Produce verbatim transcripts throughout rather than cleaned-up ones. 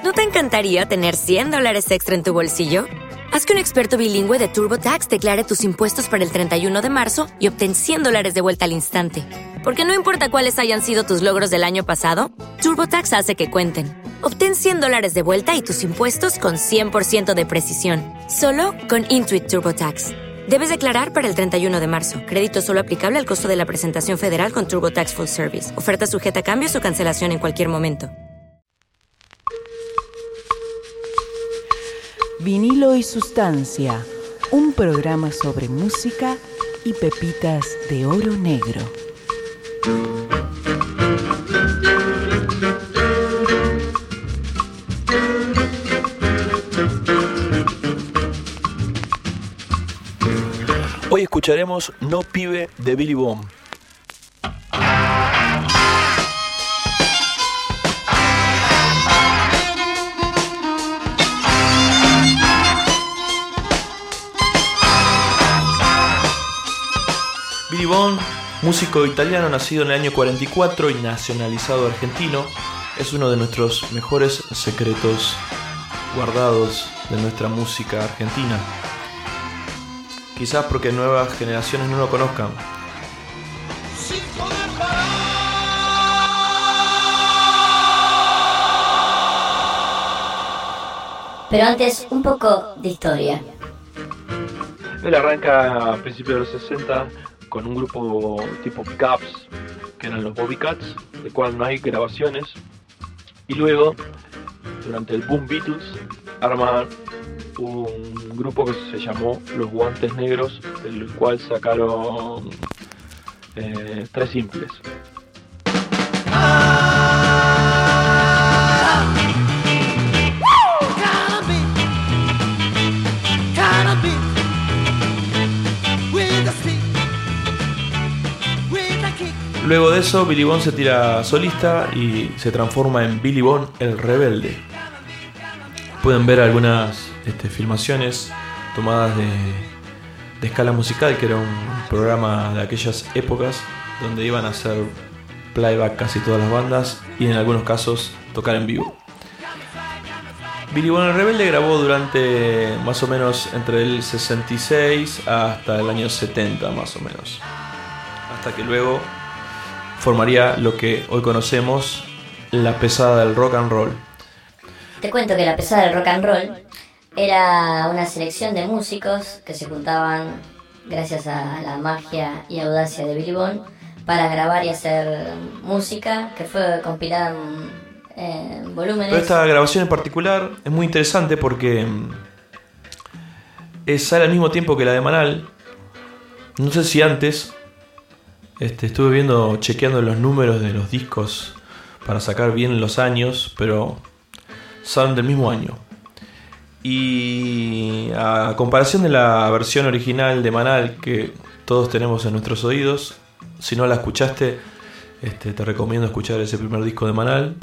¿No te encantaría tener cien dólares extra en tu bolsillo? Haz que un experto bilingüe de TurboTax declare tus impuestos para el treinta y uno de marzo y obtén cien dólares de vuelta al instante. Porque no importa cuáles hayan sido tus logros del año pasado, TurboTax hace que cuenten. Obtén cien dólares de vuelta y tus impuestos con cien por ciento de precisión. Solo con Intuit TurboTax. Debes declarar para el treinta y uno de marzo. Crédito solo aplicable al costo de la presentación federal con TurboTax Full Service. Oferta sujeta a cambios o cancelación en cualquier momento. Vinilo y Sustancia, un programa sobre música y pepitas de oro negro. Hoy escucharemos No Pibe de Billy Bone. Billy Bone, músico italiano nacido en el año cuarenta y cuatro y nacionalizado argentino, es uno de nuestros mejores secretos guardados de nuestra música argentina. Quizás porque nuevas generaciones no lo conozcan. Pero antes, un poco de historia. Él arranca a principios de los sesenta con un grupo tipo pickups, que eran los Bobby Cats, del cual no hay grabaciones. Y luego, durante el boom Beatles, arma un grupo que se llamó Los Guantes Negros, del cual sacaron eh, tres simples. Luego de eso, Billy Bone se tira solista y se transforma en Billy Bone el Rebelde. Pueden ver algunas este, filmaciones tomadas de, de Escala Musical, que era un programa de aquellas épocas donde iban a hacer playback casi todas las bandas y en algunos casos tocar en vivo. Billy Bone el Rebelde grabó durante más o menos entre el sesenta y seis hasta el año setenta más o menos, hasta que luego formaría lo que hoy conocemos la pesada del rock and roll. Te cuento que la pesada del rock and roll era una selección de músicos que se juntaban gracias a la magia y audacia de Billy Bone para grabar y hacer música que fue compilada en, en volúmenes. Pero esta grabación en particular es muy interesante porque es, sale al mismo tiempo que la de Manal. No sé si antes este, estuve viendo, chequeando los números de los discos para sacar bien los años, pero son del mismo año. Y a comparación de la versión original de Manal que todos tenemos en nuestros oídos, si no la escuchaste, este, te recomiendo escuchar ese primer disco de Manal.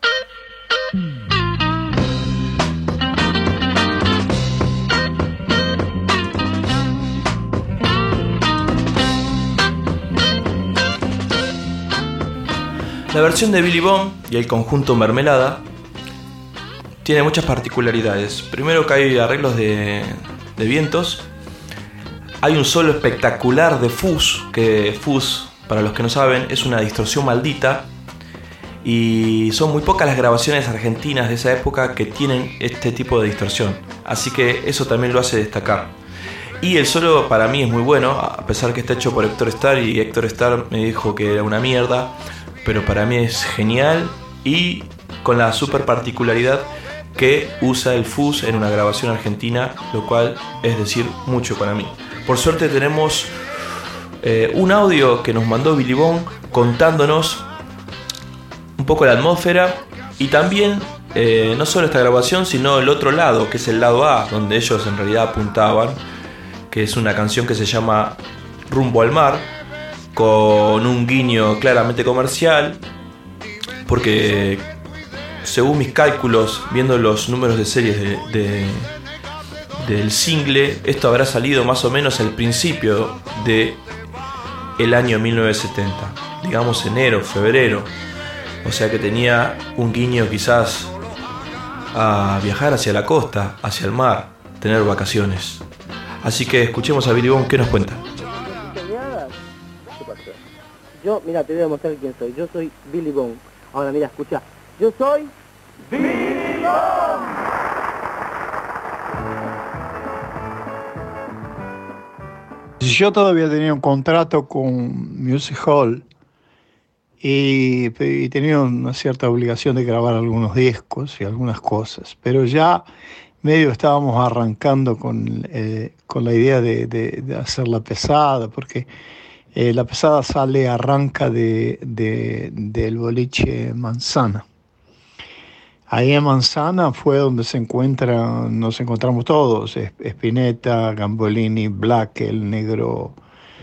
La versión de Billy Bone y el conjunto Mermelada tiene muchas particularidades. Primero que hay arreglos de, de vientos. Hay un solo espectacular de fuzz, que fuzz, para los que no saben, es una distorsión maldita. Y son muy pocas las grabaciones argentinas de esa época que tienen este tipo de distorsión. Así que eso también lo hace destacar. Y el solo para mí es muy bueno, a pesar que está hecho por Héctor Starr, y Héctor Starr me dijo que era una mierda, pero para mí es genial y con la super particularidad que usa el fuzz en una grabación argentina, lo cual es decir mucho para mí. Por suerte tenemos eh, un audio que nos mandó Billy Bone contándonos un poco la atmósfera y también eh, no solo esta grabación, sino el otro lado, que es el lado A, donde ellos en realidad apuntaban, que es una canción que se llama Rumbo al Mar, con un guiño claramente comercial, porque según mis cálculos, viendo los números de series de, de, del single, esto habrá salido más o menos al principio de el año mil novecientos setenta, digamos enero, febrero, o sea que tenía un guiño quizás a viajar hacia la costa, hacia el mar, tener vacaciones. Así que escuchemos a Billy Bond, ¿qué nos cuenta? ¿Qué pasó? Yo, mira, te voy a mostrar quién soy. Yo soy Billy Bond. Ahora, mira, escucha. Yo soy Billy Bond. Yo todavía tenía un contrato con Music Hall y, y tenía una cierta obligación de grabar algunos discos y algunas cosas, pero ya medio estábamos arrancando con, eh, con la idea de, de, de hacer La Pesada, porque eh, La Pesada sale, arranca de, de, del boliche Manzana. Ahí en Manzana fue donde se encuentran, nos encontramos todos, Spinetta, Gambolini, Black, el negro,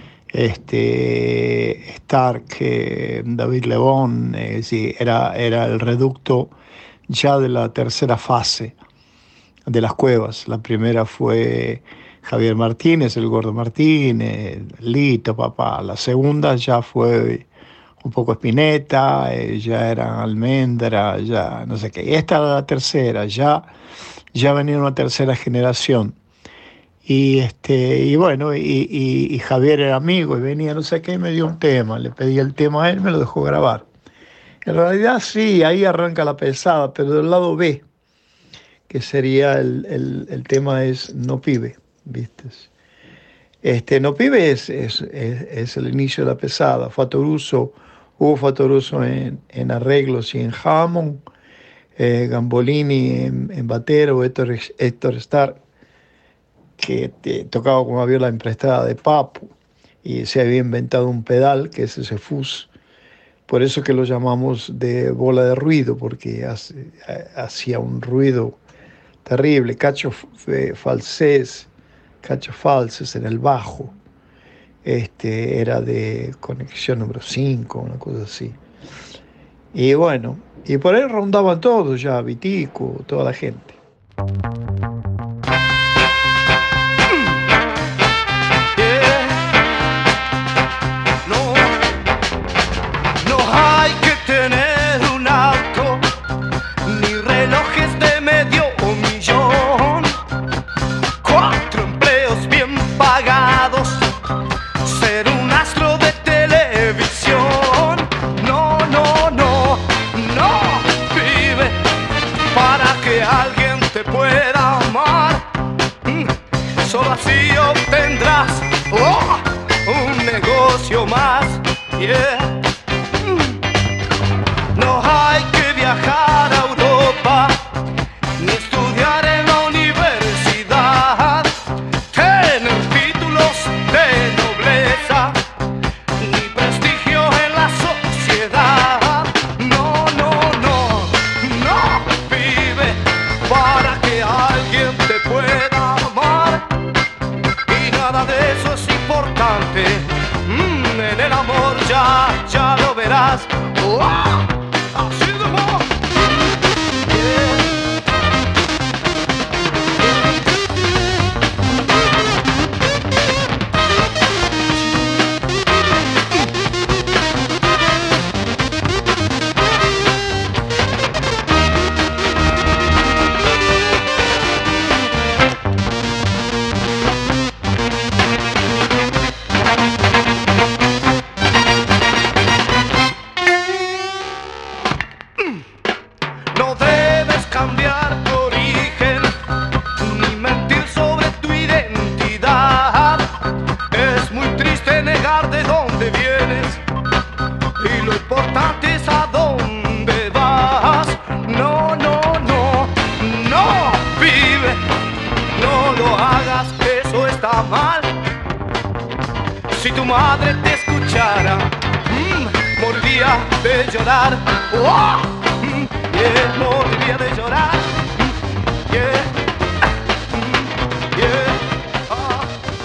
este, Stark, eh, David Lebón, eh, sí, era, era el reducto ya de la tercera fase de las cuevas. La primera fue Javier Martínez, el Gordo Martínez, Lito, papá. La segunda ya fue un poco Spinetta, eh, ya era Almendra, ya no sé qué. Y esta era la tercera, ya, ya venía una tercera generación. Y, este, y bueno, y, y, y Javier era amigo y venía no sé qué y me dio un tema. Le pedí el tema a él, me lo dejó grabar. En realidad sí, ahí arranca La Pesada, pero del lado B, que sería el, el, el tema es No Pibe, ¿viste? Este, No Pibe es, es, es, es el inicio de La Pesada. Fatoruso, hubo Fatoruso en, en arreglos y en Hammond, eh, Gambolini en, en batero, Héctor, Héctor Stark, que te, tocaba con una viola emprestada de Papo, y se había inventado un pedal, que es ese fuzz. Por eso que lo llamamos de bola de ruido, porque hace, hacía un ruido terrible. Cacho falsés, cacho falses en el bajo. Este, era de conexión número cinco, una cosa así. Y bueno, y por ahí rondaban todos ya, Vitico, toda la gente. Más, yeah. No hay que viajar a Europa ni estudiar en la universidad, tener títulos de nobleza ni prestigio en la sociedad. No, no, no, no, vive para que alguien te pueda amar, y nada de eso es importante. En el amor ya, ya lo verás. Oh, así de amor. Si tu madre te escuchara, mmm, moriría de llorar. Oh, mm, yeah, moriría de llorar. Mm, yeah, mm, yeah, ah,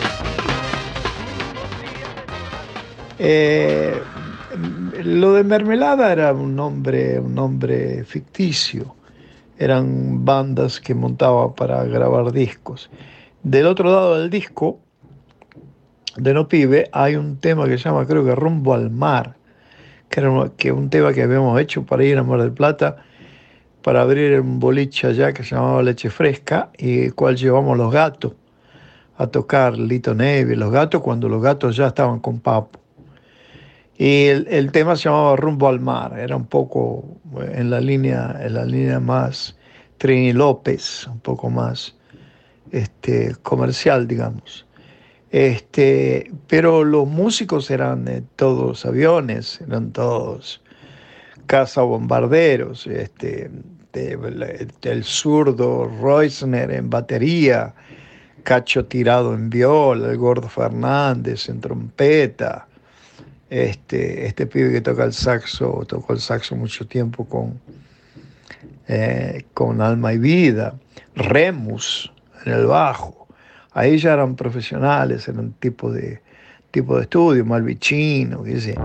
mm, eh, lo de Mermelada era un nombre, un nombre ficticio. Eran bandas que montaba para grabar discos. Del otro lado del disco de No Pibe hay un tema que se llama, creo que Rumbo al Mar, que era una, que un tema que habíamos hecho para ir a Mar del Plata para abrir un boliche allá que se llamaba Leche Fresca, y el cual llevamos Los Gatos a tocar, Lito Neves, Los Gatos, cuando Los Gatos ya estaban con Papo. Y el, el tema se llamaba Rumbo al Mar, era un poco en la línea, en la línea más Trini López, un poco más este, comercial, digamos. Este, pero los músicos eran eh, todos aviones, eran todos cazabombarderos, este, de, de, el zurdo Reusner en batería, Cacho Tirado en viola, el Gordo Fernández en trompeta, este, este pibe que toca el saxo, tocó el saxo mucho tiempo con, eh, con Alma y Vida, Remus en el bajo. Ahí ya eran profesionales, eran tipo de, tipo de estudio, Malvicino, qué sé.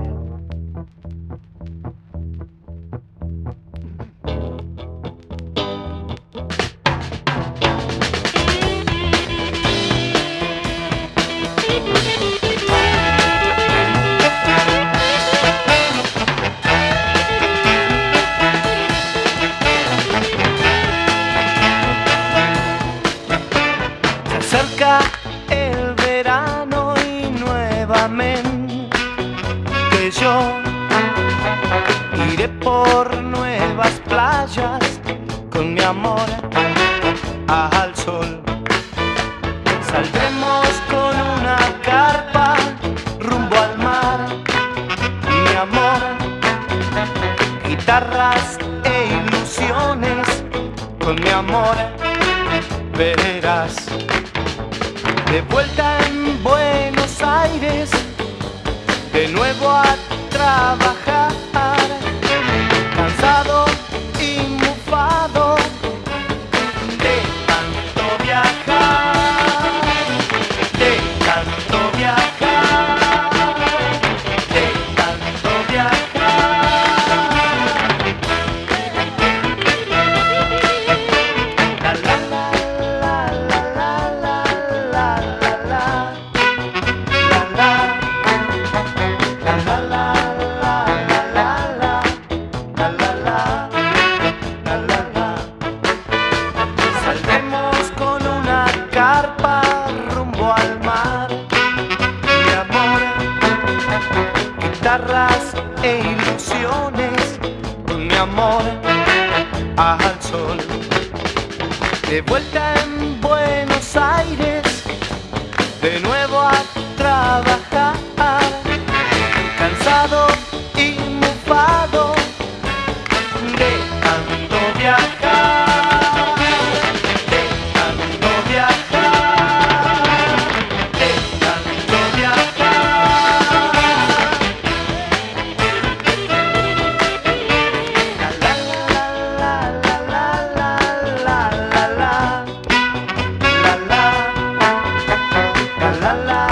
El verano y nuevamente yo iré por nuevas playas con mi amor al sol. Saldremos con una carpa rumbo al mar, mi amor, guitarras e ilusiones con mi amor, verás. De vuelta en Buenos Aires, de nuevo a trabajar, cansado y mufado de tanto viajar, de tanto viajar, de tanto viajar. La la la la la la la. Saldremos con una carpa rumbo al mar, mi amor, guitarras e ilusiones con mi amor al sol. De vuelta en Buenos Aires, de nuevo a trabajar, cansado y mufado de tanto viajar, de tanto viajar, de tanto viajar. La la la la la la la la la la la la.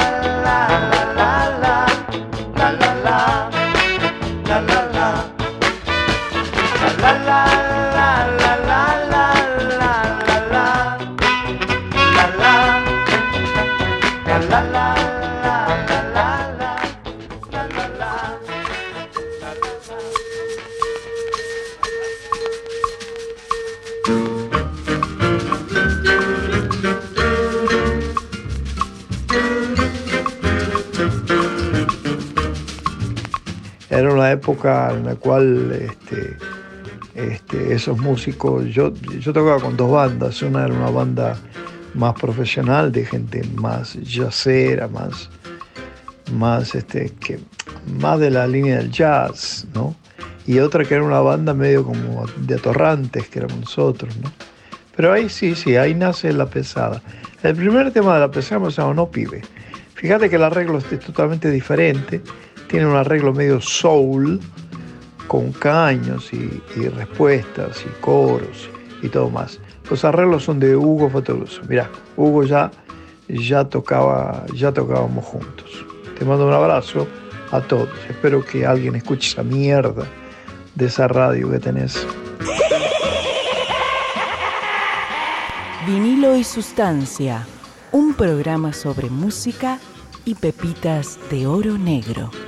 Era una época en la cual este, este, esos músicos, yo, yo tocaba con dos bandas, una era una banda más profesional, de gente más jazzera, más, más, este, que, más de la línea del jazz, ¿no? Y otra que era una banda medio como de atorrantes, que éramos nosotros, ¿no? Pero ahí sí, sí, ahí nace La Pesada. El primer tema de La Pesada se llama No Pibe. Fíjate que el arreglo es totalmente diferente. Tiene un arreglo medio soul, con caños y, y respuestas y coros y todo más. Los arreglos son de Hugo Fatoruso. Mirá, Hugo ya, ya, tocaba, ya tocábamos juntos. Te mando un abrazo a todos. Espero que alguien escuche esa mierda de esa radio que tenés. Vinilo y Sustancia, un programa sobre música y pepitas de oro negro.